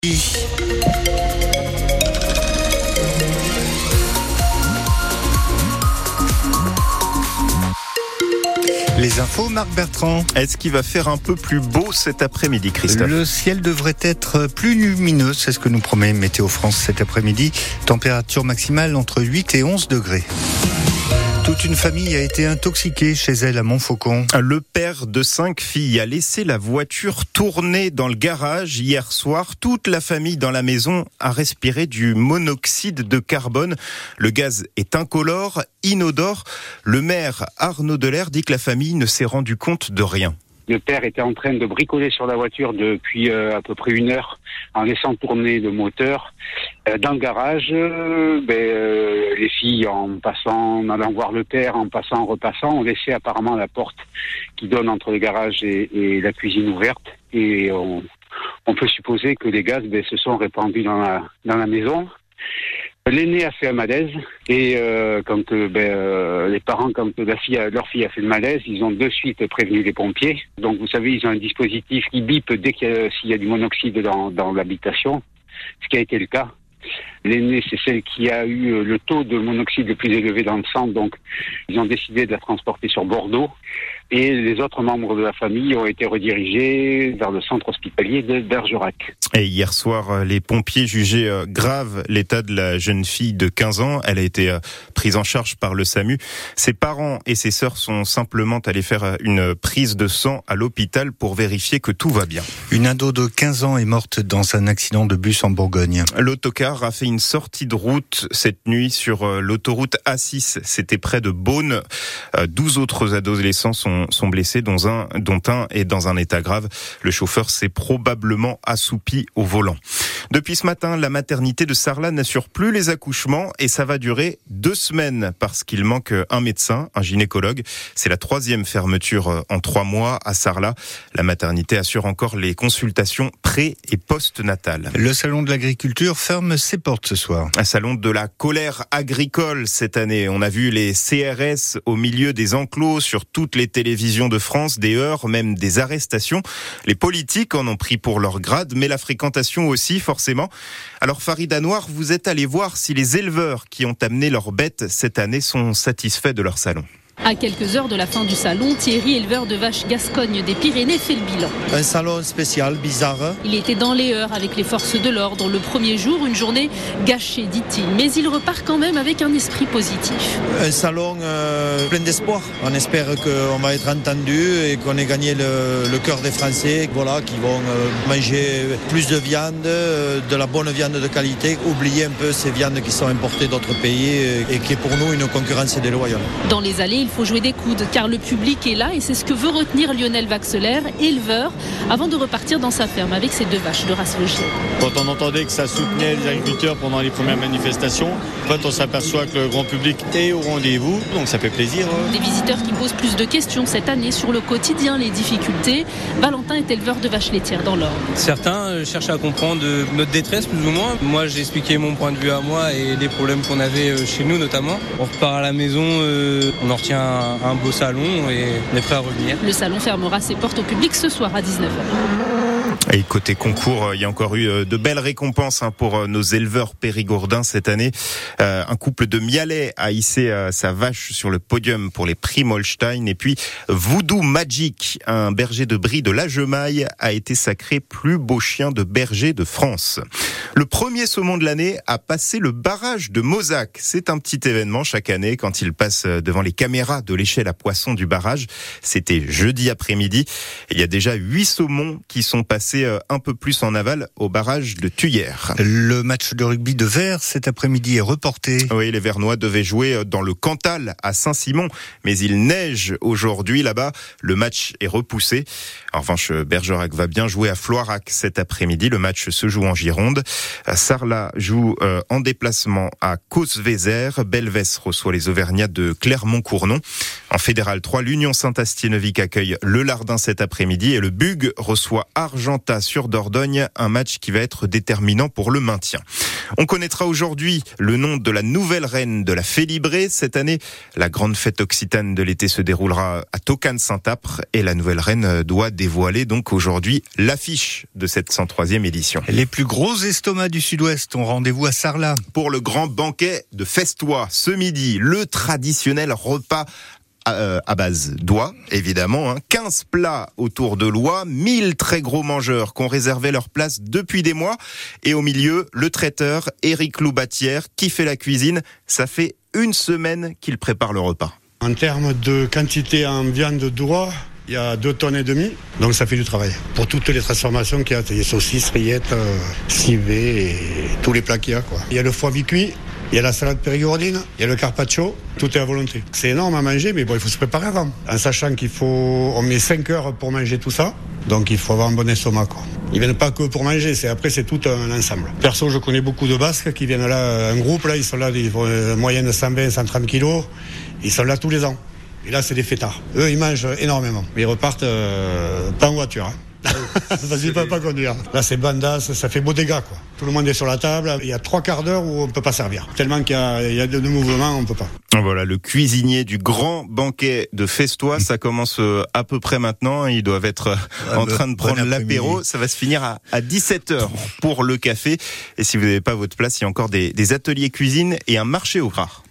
Les infos, Marc Bertrand. Est-ce qu'il va faire un peu plus beau cet après-midi, Christophe ? Le ciel devrait être plus lumineux, c'est ce que nous promet Météo France cet après-midi. Température maximale entre 8 et 11 degrés. Toute une famille a été intoxiquée chez elle à Montfaucon. Le père de 5 filles a laissé la voiture tourner dans le garage hier soir. Toute la famille dans la maison a respiré du monoxyde de carbone. Le gaz est incolore, inodore. Le maire Arnaud Delair dit que la famille ne s'est rendu compte de rien. Le père était en train de bricoler sur la voiture depuis à peu près 1 heure en laissant tourner le moteur. Dans le garage, les filles, en allant voir le père, en passant, en repassant, ont laissé apparemment la porte qui donne entre le garage et la cuisine ouverte. Et on peut supposer que les gaz se sont répandus dans la maison. L'aîné a fait un malaise et quand les parents, quand leur fille a fait le malaise, ils ont de suite prévenu les pompiers. Donc vous savez, ils ont un dispositif qui bip dès s'il y a du monoxyde dans l'habitation, ce qui a été le cas. L'aînée, c'est celle qui a eu le taux de monoxyde le plus élevé dans le sang, donc ils ont décidé de la transporter sur Bordeaux. Et les autres membres de la famille ont été redirigés vers le centre hospitalier de Bergerac. Et hier soir, les pompiers jugeaient grave l'état de la jeune fille de 15 ans. Elle a été prise en charge par le SAMU. Ses parents et ses sœurs sont simplement allés faire une prise de sang à l'hôpital pour vérifier que tout va bien. Une ado de 15 ans est morte dans un accident de bus en Bourgogne. L'autocar a fait une sortie de route cette nuit sur l'autoroute A6. C'était près de Beaune. 12 autres adolescents sont blessés, dont un est dans un état grave. Le chauffeur s'est probablement assoupi au volant. Depuis ce matin, la maternité de Sarlat n'assure plus les accouchements et ça va durer 2 semaines parce qu'il manque un médecin, un gynécologue. C'est la 3e fermeture en 3 mois à Sarlat. La maternité assure encore les consultations pré- et post-natales. Le salon de l'agriculture ferme ses portes ce soir. Un salon de la colère agricole cette année. On a vu les CRS au milieu des enclos sur toutes les télévisions de France, des heurts, même des arrestations. Les politiques en ont pris pour leur grade, mais la fréquentation aussi, forcément. Alors Farid Anouar, vous êtes allé voir si les éleveurs qui ont amené leurs bêtes cette année sont satisfaits de leur salon. À quelques heures de la fin du salon, Thierry, éleveur de vaches Gascogne des Pyrénées, fait le bilan. Un salon spécial, bizarre. Il était dans les heurts avec les forces de l'ordre. Le premier jour, une journée gâchée, dit-il. Mais il repart quand même avec un esprit positif. Un salon plein d'espoir. On espère qu'on va être entendu et qu'on ait gagné le cœur des Français, qui vont manger plus de viande, de la bonne viande de qualité, oublier un peu ces viandes qui sont importées d'autres pays et qui est pour nous une concurrence déloyale. Dans les allées, il faut jouer des coudes car le public est là et c'est ce que veut retenir Lionel Vaxelaire, éleveur, avant de repartir dans sa ferme avec ses 2 vaches de race logée. Quand on entendait que ça soutenait les agriculteurs pendant les premières manifestations, en fait on s'aperçoit que le grand public est au rendez-vous, donc ça fait plaisir. Des visiteurs qui posent plus de questions cette année sur le quotidien, les difficultés. Valentin est éleveur de vaches laitières dans l'Orne. Certains cherchent à comprendre notre détresse plus ou moins. Moi j'ai expliqué mon point de vue à moi et les problèmes qu'on avait chez nous notamment. On repart à la maison, on en retient un beau salon et on est prêt à revenir. Le salon fermera ses portes au public ce soir à 19h. Et côté concours, il y a encore eu de belles récompenses pour nos éleveurs périgourdins cette année. Un couple de Mialais a hissé sa vache sur le podium pour les prix Molstein. Et puis Voodoo Magic, un berger de Brie de la Jemaille, a été sacré plus beau chien de berger de France. Le premier saumon de l'année a passé le barrage de Mozac. C'est un petit événement chaque année quand il passe devant les caméras de l'échelle à poissons du barrage. C'était jeudi après-midi. Il y a déjà 8 saumons qui sont passés un peu plus en aval au barrage de Tuyères. Le match de rugby de Vert cet après-midi est reporté. Oui, les Vernois devaient jouer dans le Cantal à Saint-Simon, mais il neige aujourd'hui là-bas. Le match est repoussé. En revanche, Bergerac va bien jouer à Floirac cet après-midi. Le match se joue en Gironde. Sarlat joue en déplacement à Causse-Vézère. Belvès reçoit les Auvergnats de Clermont-Cournon. En Fédéral 3, l'Union Saint-Astier-Neuvik accueille le Lardin cet après-midi et le Bug reçoit Argentat sur Dordogne, un match qui va être déterminant pour le maintien. On connaîtra aujourd'hui le nom de la nouvelle reine de la Félibrée. Cette année, la grande fête occitane de l'été se déroulera à Tocane-Saint-Apre et la nouvelle reine doit dévoilé donc aujourd'hui l'affiche de cette 103e édition. Les plus gros estomacs du Sud-Ouest ont rendez-vous à Sarlat. Pour le grand banquet de Festois, ce midi, le traditionnel repas à base d'oie, évidemment, 15 plats autour de l'oie, 1000 très gros mangeurs qui ont réservé leur place depuis des mois. Et au milieu, le traiteur Éric Loubatière qui fait la cuisine. Ça fait une semaine qu'il prépare le repas. En termes de quantité en viande d'oie, il y a 2,5 tonnes, donc ça fait du travail. Pour toutes les transformations qu'il y a, les saucisses, rillettes, civets et tous les plats qu'il y a, quoi. Il y a le foie mi-cuit. Il y a la salade périgourdine, il y a le carpaccio, tout est à volonté. C'est énorme à manger, mais bon, il faut se préparer avant. En sachant on met 5 heures pour manger tout ça, donc il faut avoir un bon estomac, quoi. Ils viennent pas que pour manger, c'est tout un ensemble. Perso, je connais beaucoup de Basques qui viennent là, un groupe là, ils sont là, ils font une moyenne de 120, 130 kilos, ils sont là tous les ans. Et là, c'est des fêtards. Eux, ils mangent énormément, mais ils repartent pas en voiture, Vas-y, ils peuvent pas conduire. Là, c'est bandasse, ça fait beau dégâts, quoi. Tout le monde est sur la table. Il y a 3/4 d'heure où on peut pas servir. Tellement qu'il y a de mouvements, on peut pas. Voilà, le cuisinier du grand banquet de Festois, ça commence à peu près maintenant. Ils doivent être en train de prendre l'apéro. Ça va se finir à 17h pour le café. Et si vous n'avez pas votre place, il y a encore des ateliers cuisine et un marché au gras.